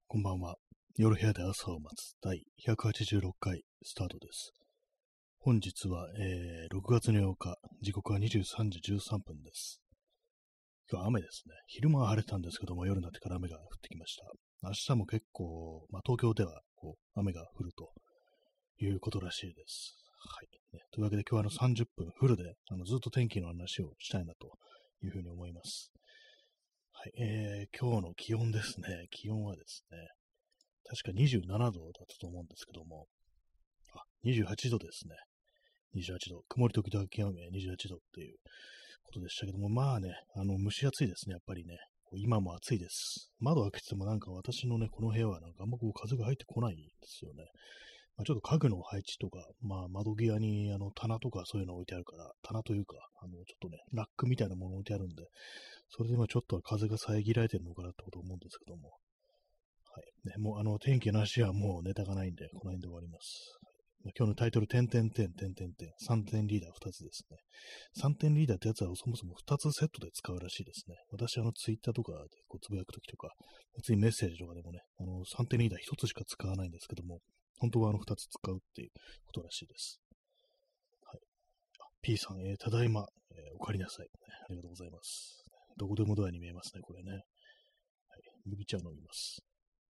こんばんは。夜部屋で朝を待つ第186回スタートです。本日は、6月の8日、時刻は23時13分です。今日は雨ですね。昼間は晴れたんですけども、夜になってから雨が降ってきました。明日も結構、東京では雨が降るということらしいです。はい。というわけで今日は30分フルでずっと天気の話をしたいなというふうに思います。はい。今日の気温ですね。気温はですね、確か27度だったと思うんですけども、28度ですね。28度。曇り時々雨28度っていうことでしたけども、蒸し暑いですね、やっぱりね。今も暑いです。窓開けててもなんか私のね、この部屋はなんかあんま風が入ってこないんですよね。ちょっと家具の配置とか、窓際に棚とかそういうの置いてあるから、棚というか、ちょっとね、ラックみたいなもの置いてあるんで、それでちょっと風が遮られてるのかなってこと思うんですけども、はいね、もう天気の話はもうネタがないんで、この辺で終わります。今日のタイトル、点々点、点々点、3点リーダー2つですね。3点リーダーってやつはそもそも2つセットで使うらしいですね。私、ツイッターとかでつぶやくときとか、別にメッセージとかでもね、3点リーダー1つしか使わないんですけども、本当は2つ使うっていうことらしいです。はい。P さん、ただいま、お帰りなさい、ありがとうございます。どこでもドアに見えますね、これね。はい。麦茶を飲みます。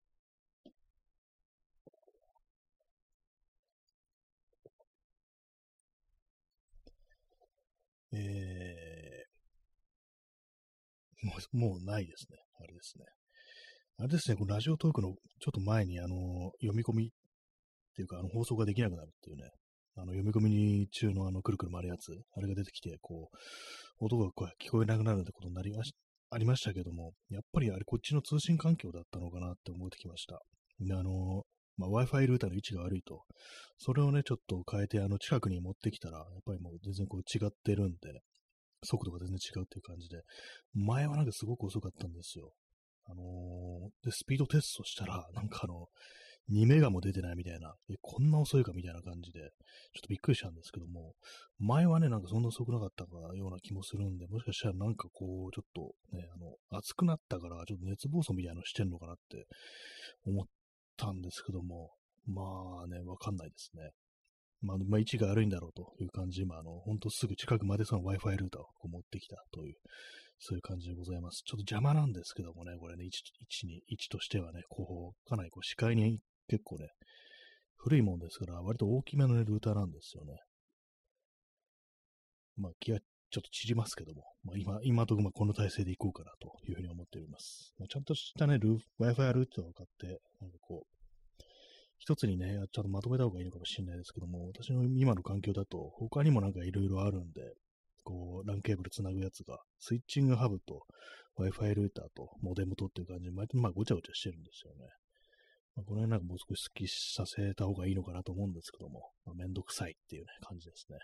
もうないですね。あれですね。あれですね、このラジオトークのちょっと前に、読み込みっていうか、放送ができなくなるっていうね、読み込み中のくるくる回るやつ、あれが出てきて、音が聞こえなくなるってことにありましたけども、やっぱりあれ、こっちの通信環境だったのかなって思ってきました。で、Wi-Fi ルーターの位置が悪いと、それをね、ちょっと変えて、近くに持ってきたら、やっぱりもう全然違ってるんで、速度が全然違うっていう感じで、前はなんかすごく遅かったんですよ。で、スピードテストしたら、なんか2メガも出てないみたいな、こんな遅いかみたいな感じで、ちょっとびっくりしたんですけども、前はね、なんかそんな遅くなかったような気もするんで、もしかしたらなんかちょっとね、暑くなったから、ちょっと熱暴走みたいなのしてんのかなって思ったんですけども、わかんないですね。位置が悪いんだろうという感じ、ほんとすぐ近くまでその Wi-Fi ルーターを持ってきたという、そういう感じでございます。ちょっと邪魔なんですけどもね、これね、位置としてはね、かなり視界に結構ね、古いもんですから、割と大きめの、ね、ルーターなんですよね。気がちょっと散りますけども、今とこの体制でいこうかなというふうに思っております。ちゃんとしたね、Wi-Fi ルーターを買って、なんか一つにね、ちゃんとまとめた方がいいのかもしれないですけども、私の今の環境だと、他にもなんかいろいろあるんで、LAN ケーブルつなぐやつが、スイッチングハブと Wi-Fi ルーターとモデムとっていう感じで、ごちゃごちゃしてるんですよね。この辺なんかもう少し好きさせた方がいいのかなと思うんですけども、めんどくさいっていうね、感じですね。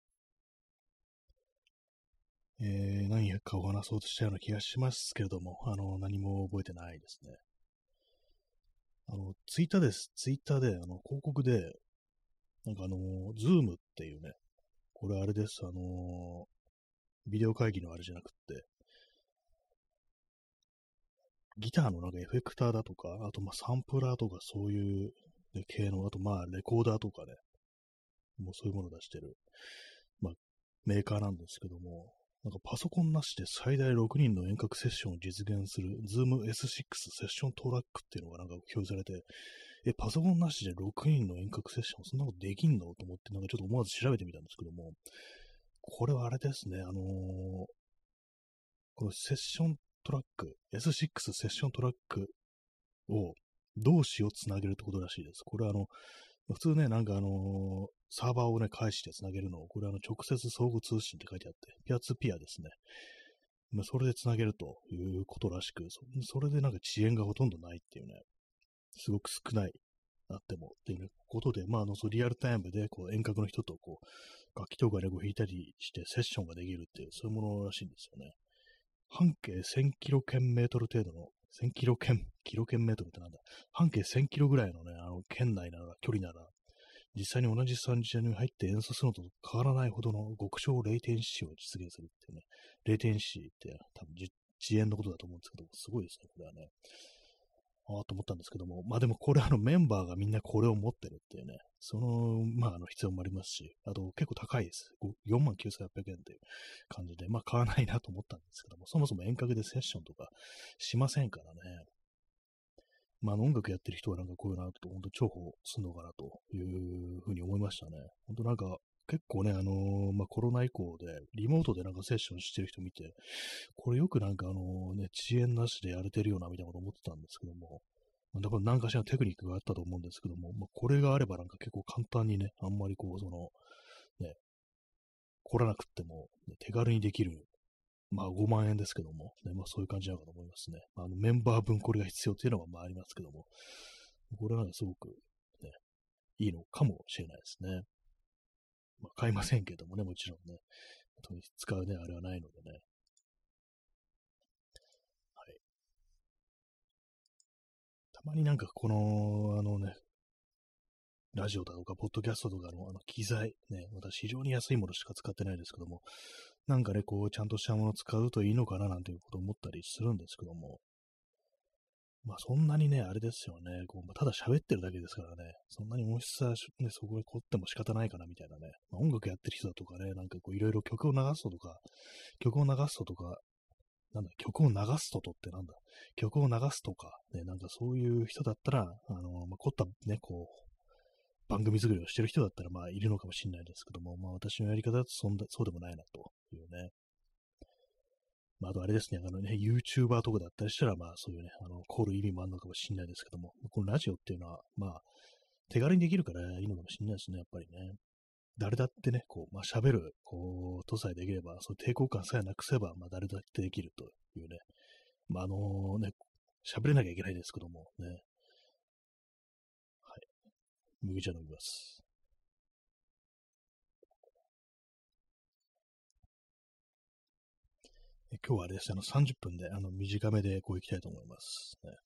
何かお話そうとしたような気がしますけれども、何も覚えてないですね。ツイッターです。ツイッターで、広告で、なんかズームっていうね、これあれです。ビデオ会議のあれじゃなくって、ギターのなんかエフェクターだとか、あとサンプラーとかそういう、ね、系の、あとレコーダーとかね、もうそういうものを出してる、メーカーなんですけども、なんかパソコンなしで最大6人の遠隔セッションを実現する Zoom S6 セッショントラックっていうのがなんか表示されて、パソコンなしで6人の遠隔セッション、そんなことできんのと思って、なんかちょっと思わず調べてみたんですけども、これはあれですね、このセッショントラック、S6 セッショントラックを同士をつなげるってことらしいです。これは普通ね、なんかサーバーをね、介してつなげるのを、これ直接相互通信って書いてあって、ピアツーピアですね。それでつなげるということらしく、それでなんか遅延がほとんどないっていうね、すごく少ない、あってもっていうことで、そうリアルタイムで遠隔の人と楽器とかで弾いたりしてセッションができるっていう、そういうものらしいんですよね。半径1000キロ圏メートル程度の、1000キロ圏、キロ圏メートルってなんだ、半径1000キロぐらいのね、圏内なら、距離なら、実際に同じサンジャに入って演奏するのと変わらないほどの極小レイテンシーを実現するっていうね、レイテンシーって多分遅延のことだと思うんですけど、すごいですね、これはね。 ああと思ったんですけども、まあでもこれメンバーがみんなこれを持ってるっていうね、まあ必要もありますし、あと結構高いです。49,800円っていう感じで、まあ買わないなと思ったんですけども、そもそも遠隔でセッションとかしませんからね。まあ音楽やってる人はなんかこういうのあると本当重宝するのかなというふうに思いましたね。本当なんか結構ね、まあコロナ以降でリモートでなんかセッションしてる人見て、これよくなんか遅延なしでやれてるよなみたいなこと思ってたんですけども、まあだから何かしらテクニックがあったと思うんですけども、まあこれがあればなんか結構簡単にね、あんまりこうね、凝らなくっても、ね、手軽にできるまあ5万円ですけども、ね、まあそういう感じなのかと思いますね。まあ、メンバー分これが必要っていうのはまあありますけども、これはなんかすごくね、いいのかもしれないですね。まあ買いませんけどもね、もちろんね。使うね、あれはないのでね。はい。たまになんかこの、ラジオだとか、ポッドキャストとかの機材、ね、私非常に安いものしか使ってないですけども、なんかね、こう、ちゃんとしたものを使うといいのかななんていうことを思ったりするんですけども、まあそんなにね、あれですよね、こうただ喋ってるだけですからね、そんなに音質は、ね、そこに凝っても仕方ないかなみたいなね、まあ、音楽やってる人だとかね、なんかこういろいろ曲を流すとか、曲を流すとか、なんだ、曲を流すとってなんだ、曲を流すとか、ね、なんかそういう人だったら、まあ、凝ったね、こう、番組作りをしてる人だったら、まあいるのかもしれないですけども、まあ私のやり方だとそうでもないなというね。まあ、あとあれですね、YouTuber とかだったりしたら、まあそういうね、凝る意味もあるのかもしれないですけども、このラジオっていうのは、まあ、手軽にできるからいいのかもしれないですね、やっぱりね。誰だってね、こう、まあ喋る、こう、とさえできれば、そういう抵抗感さえなくせば、まあ誰だってできるというね。まあね、喋れなきゃいけないですけども、ね。はい。麦茶飲みます。今日はあれです。30分で、短めでこう行きたいと思います。ね。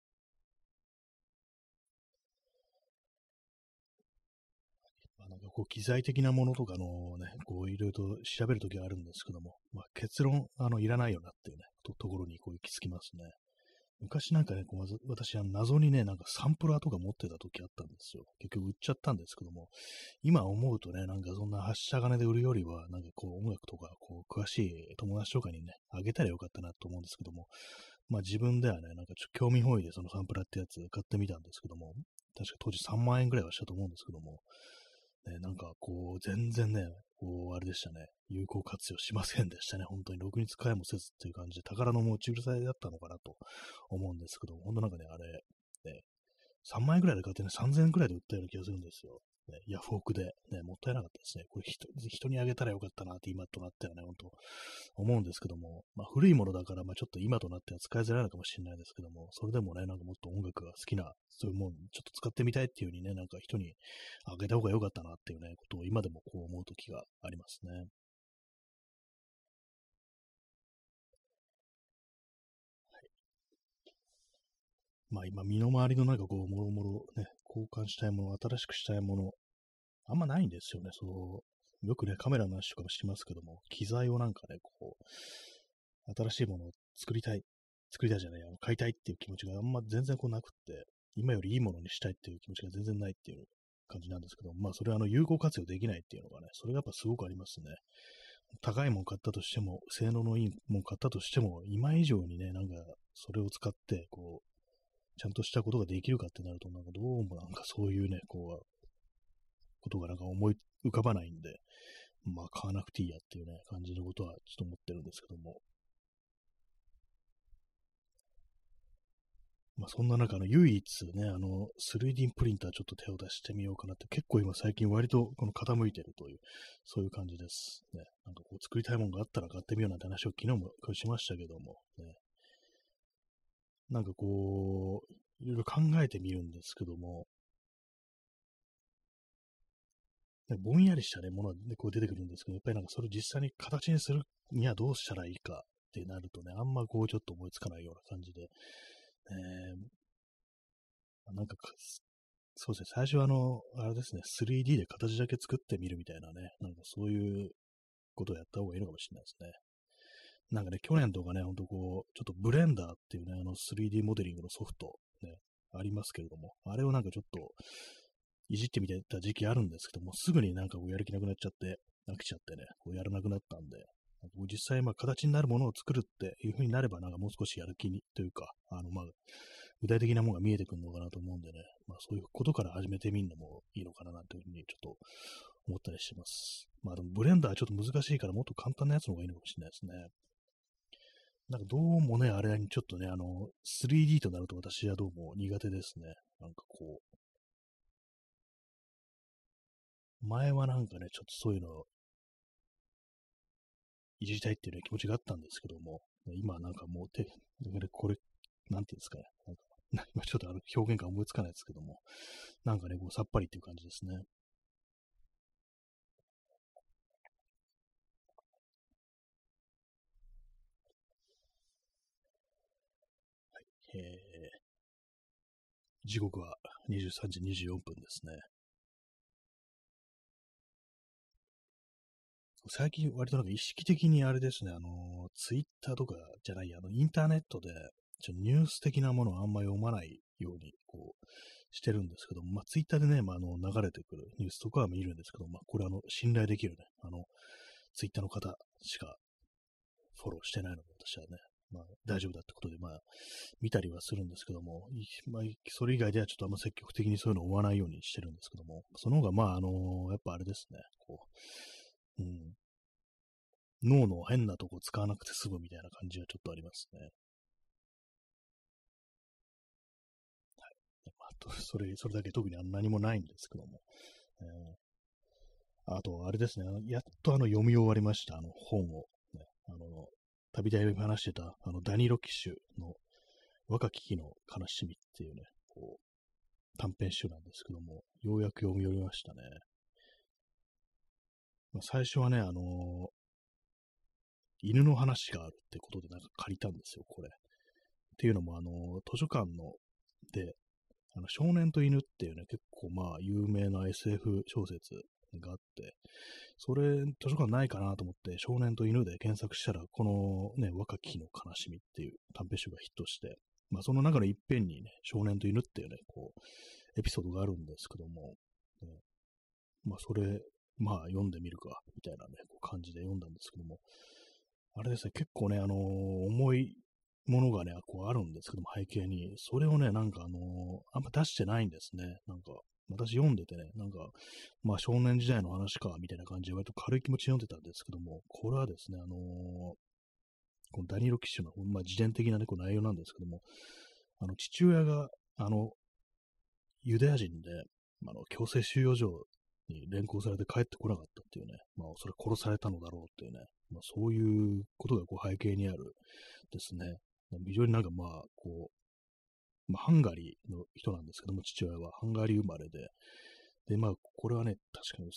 まあ、なんかこう、機材的なものとかのね、こう、いろいろと調べるときがあるんですけども、まあ、結論、いらないよなっていうね、ところにこう行き着きますね。昔なんかね、こうまず私は謎にね、なんかサンプラーとか持ってた時あったんですよ。結局売っちゃったんですけども、今思うとね、なんかそんな発射金で売るよりは、なんかこう音楽とか、こう詳しい友達とかにね、あげたらよかったなと思うんですけども、まあ自分ではね、なんかちょっと興味本位でそのサンプラーってやつ買ってみたんですけども、確か当時3万円ぐらいはしたと思うんですけども、ね、なんかこう、全然ね、こう、あれでしたね。有効活用しませんでしたね。本当に、ろくに使いもせずっていう感じで、宝の持ち腐れだったのかなと思うんですけど、本当なんかね、あれ、ね、3万円ぐらいで買ってね、3000円ぐらいで売ったような気がするんですよ。ね、ヤフオクで、ね、もったいなかったですね。これ人にあげたらよかったなって今となってはね、本当思うんですけども、まあ古いものだから、まあちょっと今となっては使いづらいのかもしれないですけども、それでもね、なんかもっと音楽が好きな、そういうもん、ちょっと使ってみたいっていう風にね、なんか人にあげた方が良かったなっていうね、ことを今でもこう思う時がありますね。まあ今、身の回りのなんかこう、もろもろね、交換したいもの、新しくしたいもの、あんまないんですよね。よくね、カメラの話とかもしますけども、機材をなんかね、こう、新しいものを作りたいじゃない、買いたいっていう気持ちがあんま全然こうなくって、今よりいいものにしたいっていう気持ちが全然ないっていう感じなんですけど、まあそれは有効活用できないっていうのがね、それがやっぱすごくありますね。高いもん買ったとしても、性能のいいもん買ったとしても、今以上にね、なんかそれを使って、こう、ちゃんとしたことができるかってなると、なんかどうもなんかそういうね、こう、ことがなんか思い浮かばないんで、まあ買わなくていいやっていうね、感じのことはちょっと思ってるんですけども。まあそんな中、唯一ね、3D プリンターちょっと手を出してみようかなって、結構今最近割とこの傾いてるという、そういう感じです。ね。なんかこう作りたいものがあったら買ってみようなんて話を昨日もしましたけども、ね。なんかこう、いろいろ考えてみるんですけども、ぼんやりしたね、ものが、ね、こう出てくるんですけど、やっぱりなんかそれを実際に形にするにはどうしたらいいかってなるとね、あんまこうちょっと思いつかないような感じで、なんかそうですね、最初はあれですね、3D で形だけ作ってみるみたいなね、なんかそういうことをやった方がいいのかもしれないですね。なんかね、去年とかね、ほんとこう、ちょっとブレンダーっていうね、3D モデリングのソフト、ね、 ありますけれども、あれをなんかちょっといじってみてた時期あるんですけども、すぐになんかこうやる気なくなっちゃって、飽きちゃってね、こうやらなくなったんで、なんかこう実際まあ形になるものを作るっていう風になれば、なんかもう少しやる気にというか、まあ、具体的なものが見えてくるのかなと思うんでね、まあそういうことから始めてみるのもいいのかななんていうふうにちょっと思ったりしてます。まあでもブレンダーはちょっと難しいからもっと簡単なやつの方がいいのかもしれないですね。なんかどうもね、あれにちょっとね、3D となると私はどうも苦手ですね。なんかこう、前はなんかね、ちょっとそういうのをいじりたいっていうね、気持ちがあったんですけども、今なんかもうこれ、なんていうんですかね。なんか、今ちょっと表現が思いつかないですけども、なんかね、こうさっぱりっていう感じですね。え時刻は23時24分ですね。最近割となんか意識的にあれですね、ツイッターとかじゃない、インターネットで、ニュース的なものをあんまり読まないように、こう、してるんですけども、まあ、ツイッターでね、まあ、流れてくるニュースとかは見るんですけど、まあ、これ信頼できるね、ツイッターの方しかフォローしてないので、私はね、まあ、大丈夫だってことで、まあ、見たりはするんですけども、まあ、それ以外ではちょっとあんま積極的にそういうのを追わないようにしてるんですけども、その方が、まあ、やっぱあれですね、こう、うん、脳の変なとこ使わなくて済むみたいな感じはちょっとありますね。まあ、それだけ特に何もないんですけども。あと、あれですね、やっと読み終わりました、本を。ね、たびたび話してた、ダニー・ロキッシュの若き日の悲しみっていうね、こう、短編集なんですけども、ようやく読み終わりましたね。まあ、最初はね、犬の話があるってことでなんか借りたんですよ、これ。っていうのも、図書館で、少年と犬っていうね、結構まあ、有名な SF 小説があって、それ、図書館ないかなと思って、少年と犬で検索したら、このね、若き日の悲しみっていう短編集がヒットして、まあ、その中の一編にね、少年と犬っていうね、こう、エピソードがあるんですけども、ね、まあ、それ、まあ、読んでみるか、みたいなね、こう感じで読んだんですけども、あれですね、結構ね、重いものがね、こうあるんですけども、背景に、それをね、なんかあんま出してないんですね。なんか、私読んでてね、なんか、まあ少年時代の話か、みたいな感じで割と軽い気持ちで読んでたんですけども、これはですね、このダニーロ・キッシュの、まあ、自伝的な、ね、こう内容なんですけども、父親が、ユダヤ人で、強制収容所に連行されて帰ってこなかったっていうね、まあ、それ殺されたのだろうっていうね、まあ、そういうことがこう背景にあるですね。非常になんかまあ、こう、まあ、ハンガリーの人なんですけども、父親はハンガリー生まれで、で、まあ、これはね、確かに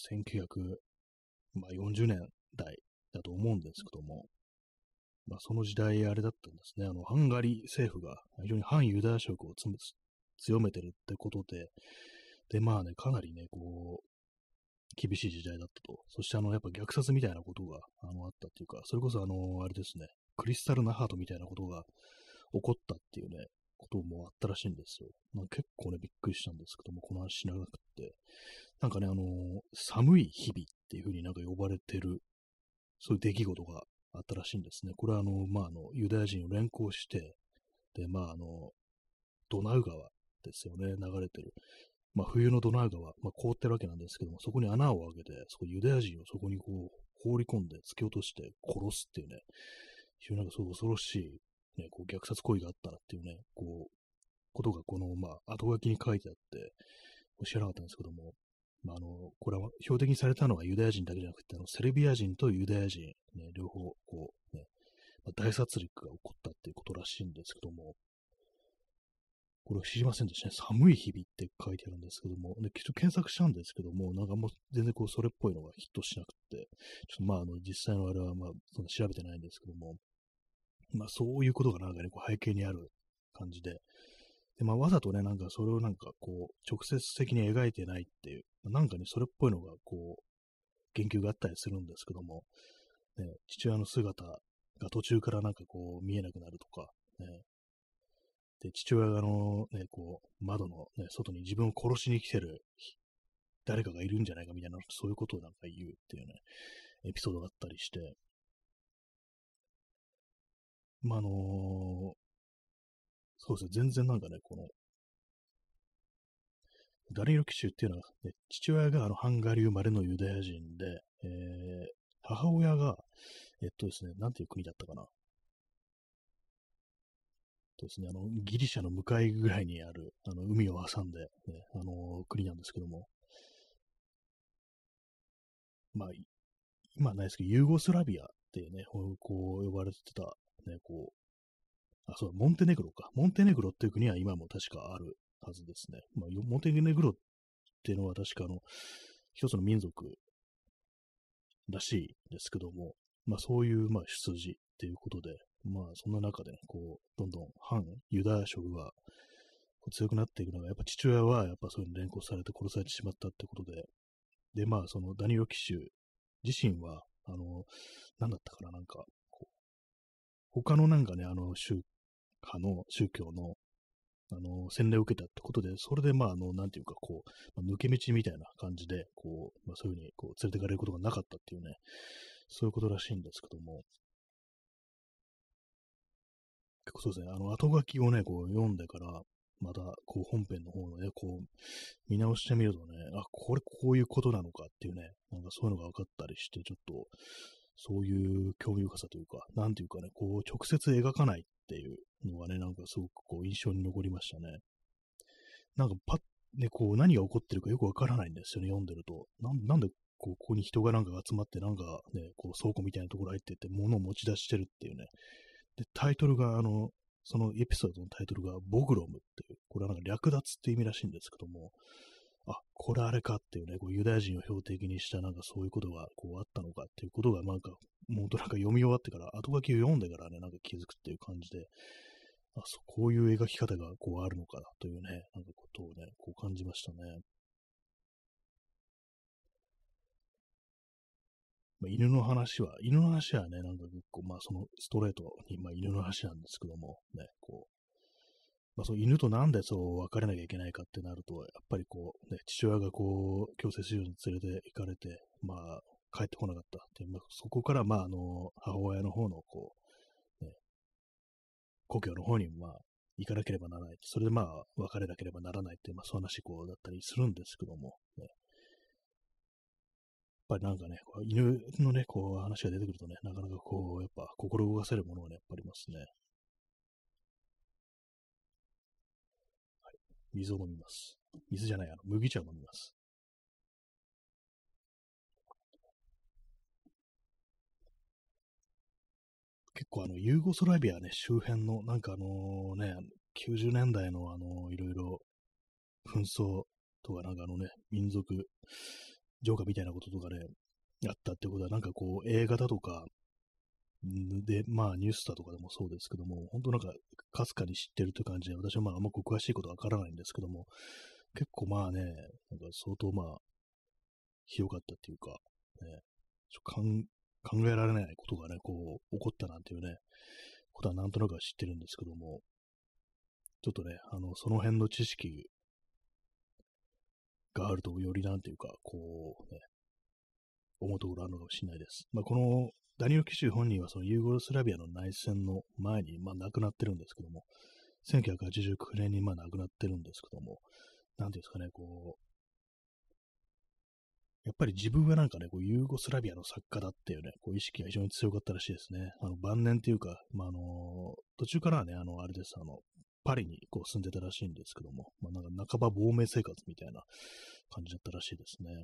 1940年代だと思うんですけども、まあ、その時代あれだったんですね。ハンガリー政府が非常に反ユダヤ色を強めてるってことで、で、まあね、かなりね、こう、厳しい時代だったと。そしてやっぱ虐殺みたいなことが、あったっていうか、それこそあれですね、クリスタルナハートみたいなことが起こったっていうね、こともあったらしいんですよ。まあ、結構ね、びっくりしたんですけども、この話しなくって。なんかね、寒い日々っていう風になんか呼ばれてる、そういう出来事があったらしいんですね。これはまあ、ユダヤ人を連行して、で、まあ、ドナウ川ですよね、流れてる。まあ、冬のドナウ川、まあ、凍ってるわけなんですけども、そこに穴を開けて、そこユダヤ人をそこにこう、放り込んで突き落として殺すっていうね、非常になんかそう恐ろしい、ね、こう虐殺行為があったなっていうね、こう、ことがこの、まあ、後書きに書いてあって、知らなかったんですけども、まあ、これは標的にされたのはユダヤ人だけじゃなくて、セルビア人とユダヤ人、ね、両方、こう、ね、まあ、大殺戮が起こったっていうことらしいんですけども、これを知りませんでしたね。寒い日々って書いてあるんですけども、で、ちょっと検索したんですけども、なんかもう全然こう、それっぽいのがヒットしなくて、ちょっとまあ、実際のあれはまあ、その調べてないんですけども、まあ、そういうことがなんかね、こう背景にある感じで、で、まあ、わざとね、なんかそれをなんかこう、直接的に描いてないっていう、なんかね、それっぽいのがこう、言及があったりするんですけども、ね、父親の姿が途中からなんかこう、見えなくなるとか、ね、 で、父親がこう、窓のね、外に自分を殺しに来てる誰かがいるんじゃないかみたいな、そういうことをなんか言うっていうね、エピソードがあったりして、まあ、そうですね、全然なんかね、この、ダニエル騎手っていうのは、ね、父親がハンガリー生まれのユダヤ人で、母親が、ですね、なんていう国だったかな。ですね、ギリシャの向かいぐらいにある、海を挟んで、ね、国なんですけども、まあ、今はないですけど、ユーゴスラビアってね、こう呼ばれてた、ね、こう、あ、そうだ、モンテネグロか。モンテネグロっていう国は今も確かあるはずですね。まあ、モンテネグロっていうのは確か一つの民族らしいですけども、まあそういう、まあ出自っていうことで、まあそんな中でね、こう、どんどん反ユダヤ色がこう強くなっていくのが、やっぱ父親はやっぱそういうの連行されて殺されてしまったってことで、で、まあそのダニエル騎手自身は、なんだったかな、なんか、こう他のなんかね、宗教の洗礼を受けたってことで、それで、まあ、なんていうか、こう、まあ、抜け道みたいな感じで、こう、まあ、そういうふうに、こう、連れてかれることがなかったっていうね、そういうことらしいんですけども、結構そうですね、後書きをね、こう、読んでから、また、こう、本編の方のね、こう、見直してみるとね、あ、これ、こういうことなのかっていうね、なんかそういうのが分かったりして、ちょっと、そういう興味深さというか、なんていうかね、こう、直接描かないっていうのがね、なんかすごくこう、印象に残りましたね。なんかパッ、ね、こう何が起こってるかよくわからないんですよね、読んでると。なんでここに人がなんか集まって、なんかね、こう倉庫みたいなところ入ってって物を持ち出してるっていうね。で、タイトルが、そのエピソードのタイトルがボグロムっていう、これはなんか略奪っていう意味らしいんですけども、あ、これあれかっていうね、こうユダヤ人を標的にしたなんかそういうことがこうあったのかっていうことがなんか、もうなんか読み終わってから、後書きを読んでからね、なんか気づくっていう感じで、こういう描き方がこうあるのかというね、なんかことをね、こう感じましたね。まあ、犬の話はね、なんか結構、まあそのストレートに、まあ犬の話なんですけども、ね、こう、まあそう犬となんでそう別れなきゃいけないかってなると、やっぱりこう、ね、父親がこう、強制収容に連れて行かれて、まあ帰ってこなかったっていう、まあ、そこからまあ母親の方のこう、ね、故郷の方にまあ行かなければならない。それでまあ別れなければならないっていう、まあそういう話こうだったりするんですけども、ね、ぱりなんかね、こう犬のね、こう話が出てくるとね、なかなかこう、やっぱ心動かせるものがね、やっぱありますね。はい。水を飲みます。水じゃない、麦茶を飲みます。結構ユーゴスラビアね、周辺の、なんかね、90年代のいろいろ紛争とか、なんかね、民族浄化みたいなこととかね、やったってことは、なんかこう、映画だとか、で、まあ、ニュースだとかでもそうですけども、本当なんか、かすかに知ってるという感じで、私はまあ、あんま詳しいことはわからないんですけども、結構まあね、なんか相当まあ、ひどかったっていうか、ね、考えられないことがね、こう、起こったなんていうね、ことはなんとなくは知ってるんですけども、ちょっとね、その辺の知識があると、よりなんていうか、こう、ね、思うところあるのかもしれないです。まあ、このダニエル・騎手本人はそのユーゴスラビアの内戦の前に、まあ、亡くなってるんですけども、1989年にまあ亡くなってるんですけども、なんていうんですかね、こう、やっぱり自分はなんかね、こうユーゴスラビアの作家だっていうね、こう意識が非常に強かったらしいですね。晩年っていうか、まあ、途中からはね、あれです、パリにこう住んでたらしいんですけども、まあ、なんか半ば亡命生活みたいな感じだったらしいですね。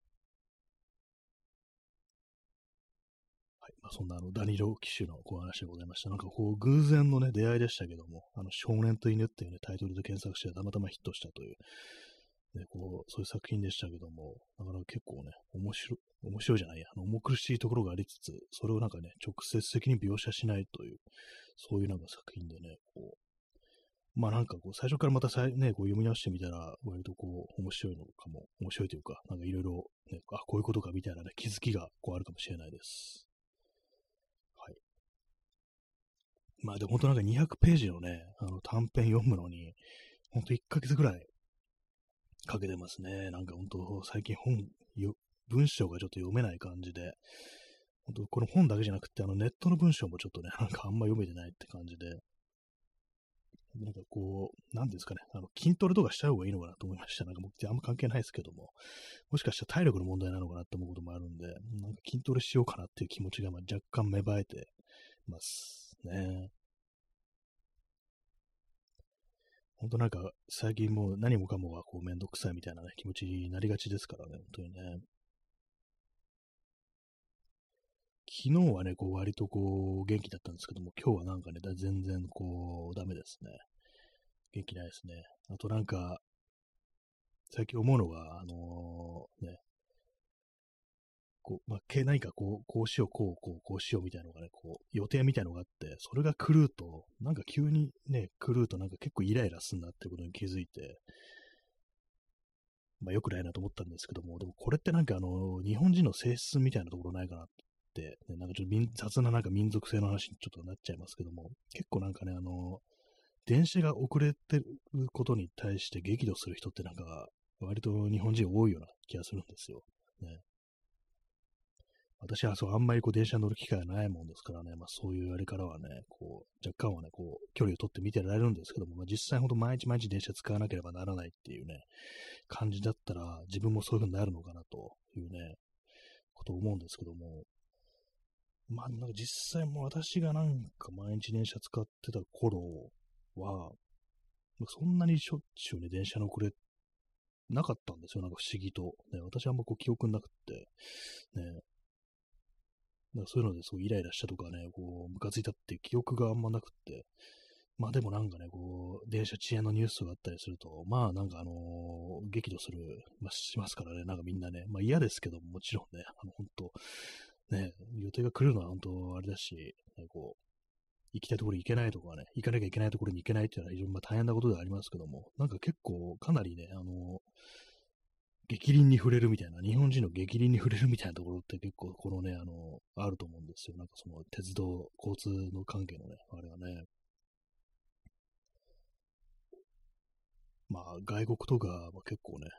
はい。まあ、そんなダニロ騎手のお話でございました。なんかこう、偶然のね、出会いでしたけども、少年と犬っていうね、タイトルで検索してたまたまヒットしたという、ね、こう、そういう作品でしたけども、なかなか結構ね、面白いじゃないや、重苦しいところがありつつ、それをなんかね、直接的に描写しないという、そういうなんか作品でね、こう、まあなんかこう、最初からまたね、こう読み直してみたら、割とこう、面白いのかも、面白いというか、なんかいろいろ、ね、あ、こういうことかみたいなね、気づきがこうあるかもしれないです。はい。 まあでも本当なんか200ページのね、短編読むのに、ほんと1ヶ月ぐらいかけてますね。なんか本当最近文章がちょっと読めない感じで、本当この本だけじゃなくて、ネットの文章もちょっとね、なんかあんま読めてないって感じで、なんかこう、なんですかね、筋トレとかした方がいいのかなと思いました。なんかもうあんま関係ないですけども、もしかしたら体力の問題なのかなって思うこともあるんで、なんか筋トレしようかなっていう気持ちがまあ若干芽生えてますね。ほんとなんか最近もう何もかもがこうめんどくさいみたいなね、気持ちになりがちですからね、本当にね。昨日はね、こう割とこう元気だったんですけども、今日はなんかね、全然こうダメですね。元気ないですね。あとなんか、最近思うのが、ね、こう、まあ、何かこう、こうしよう、こうしようみたいなのがね、こう、予定みたいなのがあって、それが狂うと、なんか急にね、狂うとなんか結構イライラすんなってことに気づいて、まあ良くないなと思ったんですけども、でもこれってなんか日本人の性質みたいなところないかなって、ね、なんかちょっと雑ななんか民族性の話にちょっとなっちゃいますけども、結構なんかね、電車が遅れてることに対して激怒する人ってなんか、割と日本人多いような気がするんですよ。ね。私はそう、あんまりこう電車に乗る機会がないもんですからね、まあそういうあれからはね、こう、若干はね、こう、距離を取って見てられるんですけども、まあ実際ほんと毎日毎日電車使わなければならないっていうね、感じだったら、自分もそういう風になるのかなというね、ことを思うんですけども、まあなんか実際もう私がなんか毎日電車使ってた頃は、そんなにしょっちゅうね、電車の遅れなかったんですよ、なんか不思議と。ね、私はあんまこう記憶なくって、ね、なんかそういうのですごいイライラしたとかね、こう、ムカついたっていう記憶があんまなくって、まあでもなんかね、こう、電車遅延のニュースがあったりすると、まあなんか激怒する、まあ、しますからね、なんかみんなね、まあ嫌ですけども、もちろんね、本当ね、予定が来るのは本当あれだし、ね、こう、行きたいところに行けないとかね、行かなきゃいけないところに行けないっていうのは非常にまあ大変なことではありますけども、なんか結構かなりね、逆鱗に触れるみたいな、日本人の逆鱗に触れるみたいなところって結構このね、あると思うんですよ。なんかその鉄道、交通の関係のね、あれはね、まあ外国とかは結構ね、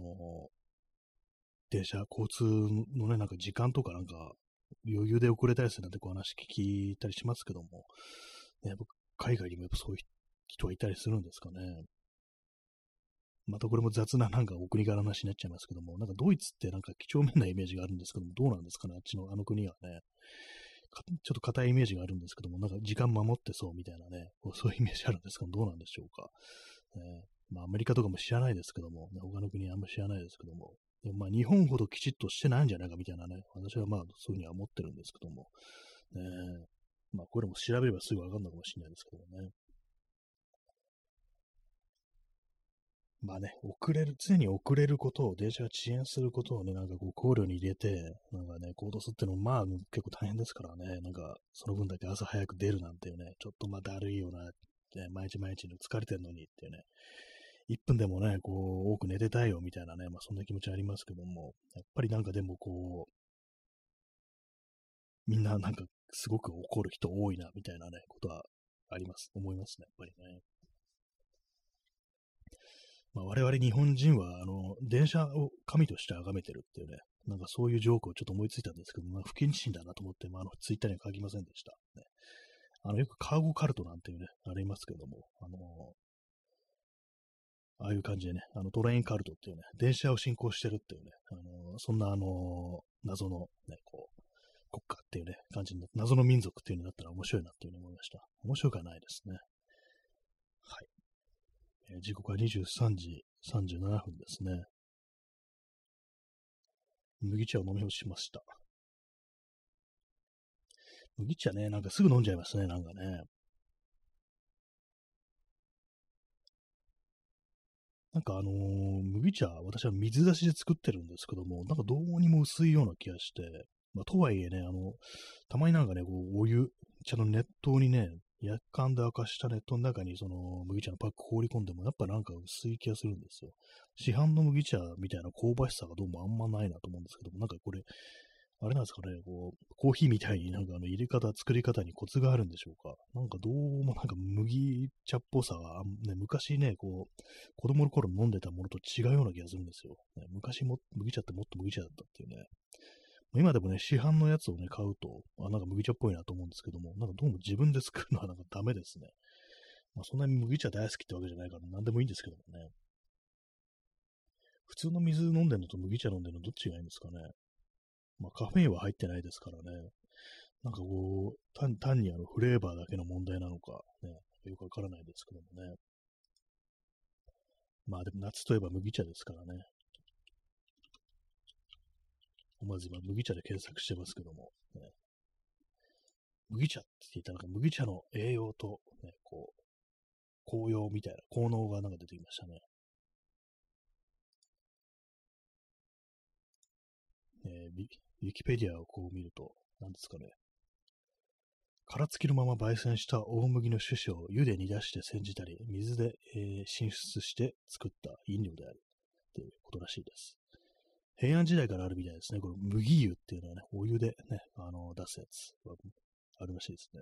電車、交通のね、なんか時間とかなんか余裕で遅れたりするなんてこう話聞いたりしますけども、ね、僕、海外にもやっぱそういう人はいたりするんですかね。またこれも雑ななんかお国柄な話になっちゃいますけども、なんかドイツってなんか几帳面なイメージがあるんですけども、どうなんですかね、あっちのあの国はね。ちょっと硬いイメージがあるんですけども、なんか時間守ってそうみたいなね、こうそういうイメージあるんですけど、どうなんでしょうか。まあアメリカとかも知らないですけども、ね、他の国あんま知らないですけども、でもまあ日本ほどきちっとしてないんじゃないかみたいなね、私はまあそういうふうには思ってるんですけども、ね、まあこれも調べればすぐわかるのかもしれないですけどもね。まあね、常に遅れることを、電車が遅延することをね、なんかこう考慮に入れて、なんかね、行動するっていうのも、まあ結構大変ですからね、なんかその分だけ朝早く出るなんていうね、ちょっとまあだるいような、ね、毎日毎日の疲れてんのにっていうね、1分でもね、こう、多く寝てたいよみたいなね、まあそんな気持ちありますけども、やっぱりなんかでもこう、みんななんかすごく怒る人多いなみたいなね、ことはあります、思いますね、やっぱりね。まあ、我々日本人は、電車を神として崇めてるっていうね、なんかそういうジョークをちょっと思いついたんですけど、まあ、不謹慎だなと思って、まあ、ツイッターには書きませんでした。ね、よくカーゴカルトなんていうね、ありますけども、ああいう感じでね、トレインカルトっていうね、電車を進行してるっていうね、そんな謎のね、こう、国家っていうね、感じになって、謎の民族っていうのだったら面白いなっていうふうに思いました。面白くはないですね。はい。時刻は23時37分ですね。麦茶を飲み干しました。麦茶ね、なんかすぐ飲んじゃいますね、なんかね。なんか麦茶、私は水出しで作ってるんですけども、なんかどうにも薄いような気がして、まあ、とはいえね、たまになんかね、こう、お湯、茶の熱湯にね、夜間で沸かした熱湯の中にその麦茶のパック放り込んでも、やっぱなんか薄い気がするんですよ。市販の麦茶みたいな香ばしさがどうもあんまないなと思うんですけども、なんかこれ、 あれなんですかね、コーヒーみたいになんか入れ方、作り方にコツがあるんでしょうか。なんかどうもなんか麦茶っぽさが、ね、昔ね、子供の頃飲んでたものと違うような気がするんですよ。ね、昔も麦茶ってもっと麦茶だったっていうね。今でもね、市販のやつをね、買うと、なんか麦茶っぽいなと思うんですけども、なんかどうも自分で作るのはなんかダメですね。まあ、そんなに麦茶大好きってわけじゃないから何でもいいんですけどもね。普通の水飲んでるのと麦茶飲んでるのどっちがいいんですかね。まあ、カフェインは入ってないですからね。なんか単にフレーバーだけの問題なのか、ね、よくわからないですけどもね。まあでも夏といえば麦茶ですからね。まず今麦茶で検索してますけども、ね、麦茶って言ったらなんか麦茶の栄養と、ね、効用みたいな効能がなんか出てきましたね。ウィキペディアを見ると、何ですかね。殻付きのまま焙煎した大麦の種子を湯で煮出して煎じたり、水で、浸出して作った飲料であるということらしいです。平安時代からあるみたいですね。この麦湯っていうのはね、お湯でね、出すやつはあるらしいですね。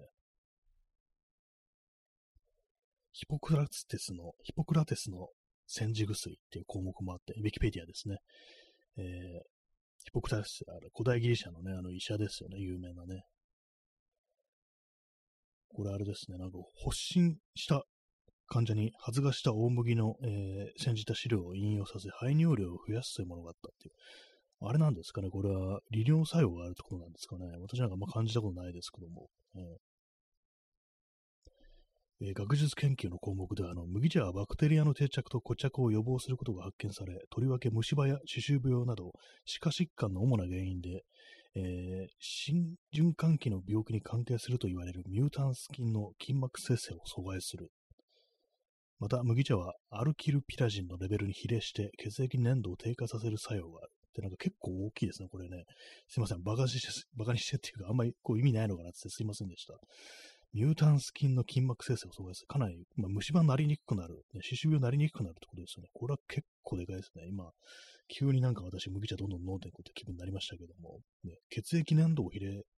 ヒポクラテスの煎じ薬っていう項目もあって、ウィキペディアですね。ヒポクラテス、古代ギリシャのね、医者ですよね、有名なね。これあれですね、なんか発疹した患者に発芽した大麦の、煎じた汁を飲用させ、排尿量を増やすというものがあったっていう。あれなんですかね、これは利尿作用があるってことなんですかね。私なんかあんま感じたことないですけども。学術研究の項目では、麦茶はバクテリアの定着と固着を予防することが発見され、とりわけ虫歯や歯周病など、歯科疾患の主な原因で、心循環器の病気に関係すると言われるミュータンス菌の筋膜生成を阻害する。また、麦茶はアルキルピラジンのレベルに比例して血液粘度を低下させる作用がある。ってなんか結構大きいですね、これね。すいません、バカにしてっていうか、あんまり意味ないのかなってすいませんでした。ミュータンス菌の筋膜生成を阻害する。かなり、虫歯になりにくくなる。ね、歯周病になりにくくなるってことですよね。これは結構でかいですね。今、急になんか私、麦茶どんどん飲んでいくって気分になりましたけども、ね、血液粘度を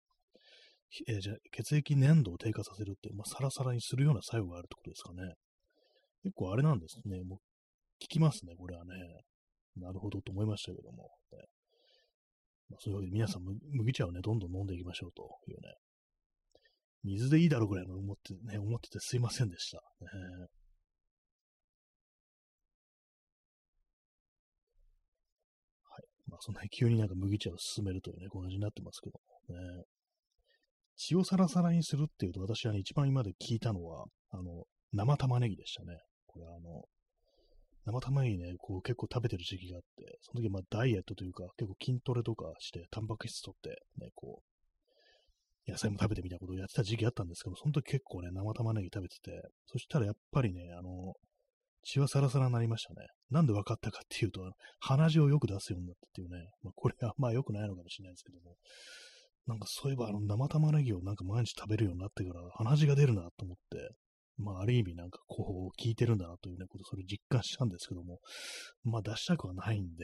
血液粘度を低下させるって、サラサラにするような作用があるってことですかね。結構あれなんですね。もう聞きますね、これはね。なるほどと思いましたけども。ね、そういうわけで皆さん麦茶をね、どんどん飲んでいきましょうというね。水でいいだろうぐらいの思っててすいませんでした。ね、はい。そんなに急になんか麦茶を進めるというね、こんな感じになってますけどもね。血をサラサラにするっていうと、私はね、一番今まで聞いたのは、生玉ねぎでしたね。これ生玉ねぎね、結構食べてる時期があって、その時ダイエットというか、結構筋トレとかして、タンパク質取って、ね、野菜も食べてみたいなことをやってた時期あったんですけど、その時結構ね、生玉ねぎ食べてて、そしたらやっぱりね、血はサラサラになりましたね。なんで分かったかっていうと、鼻血をよく出すようになったっていうね、これは良くないのかもしれないですけども、なんかそういえば生玉ねぎをなんか毎日食べるようになってから鼻血が出るなと思って、ある意味なんか効いてるんだなというね、それ実感したんですけども、出したくはないんで、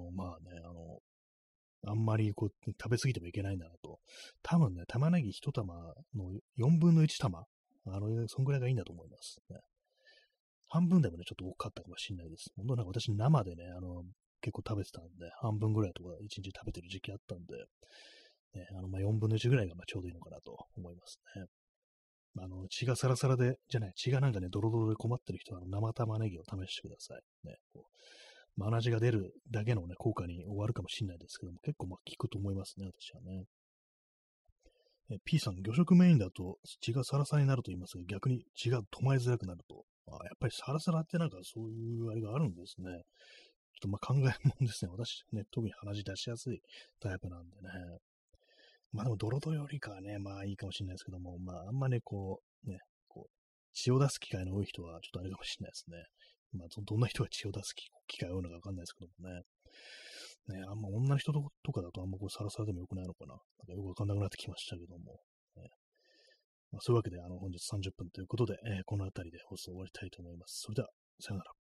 あんまり食べ過ぎてもいけないんだなと。多分ね、玉ねぎ1玉の4分の1玉、そんぐらいがいいんだと思います、ね。半分でもね、ちょっと多かったかもしれないです。本当なんか私生でね、結構食べてたんで、半分ぐらいとか1日食べてる時期あったんで、ね、4分の1ぐらいがちょうどいいのかなと思いますね。血がサラサラで、じゃない、血がなんかね、ドロドロで困ってる人は生玉ねぎを試してください。ね、鼻血が出るだけのね、効果に終わるかもしれないですけども、結構効くと思いますね、私はね。P さん、魚食メインだと血がサラサラになると言いますが、逆に血が止まりづらくなると。やっぱりサラサラってなんかそういうあれがあるんですね。ちょっと考えもんですね。私ね、特に鼻血出しやすいタイプなんでね。でもドロドロよりかはね、いいかもしれないですけども、あんまね、血を出す機会の多い人はちょっとあれかもしれないですね。どんな人が血を出す機会が多いのかわかんないですけどもね。ね、あんま女の人とかだとあんまサラサラでもよくないのかな。なんかよくわかんなくなってきましたけども。ね、そういうわけで、本日30分ということで、この辺りで放送を終わりたいと思います。それでは、さよなら。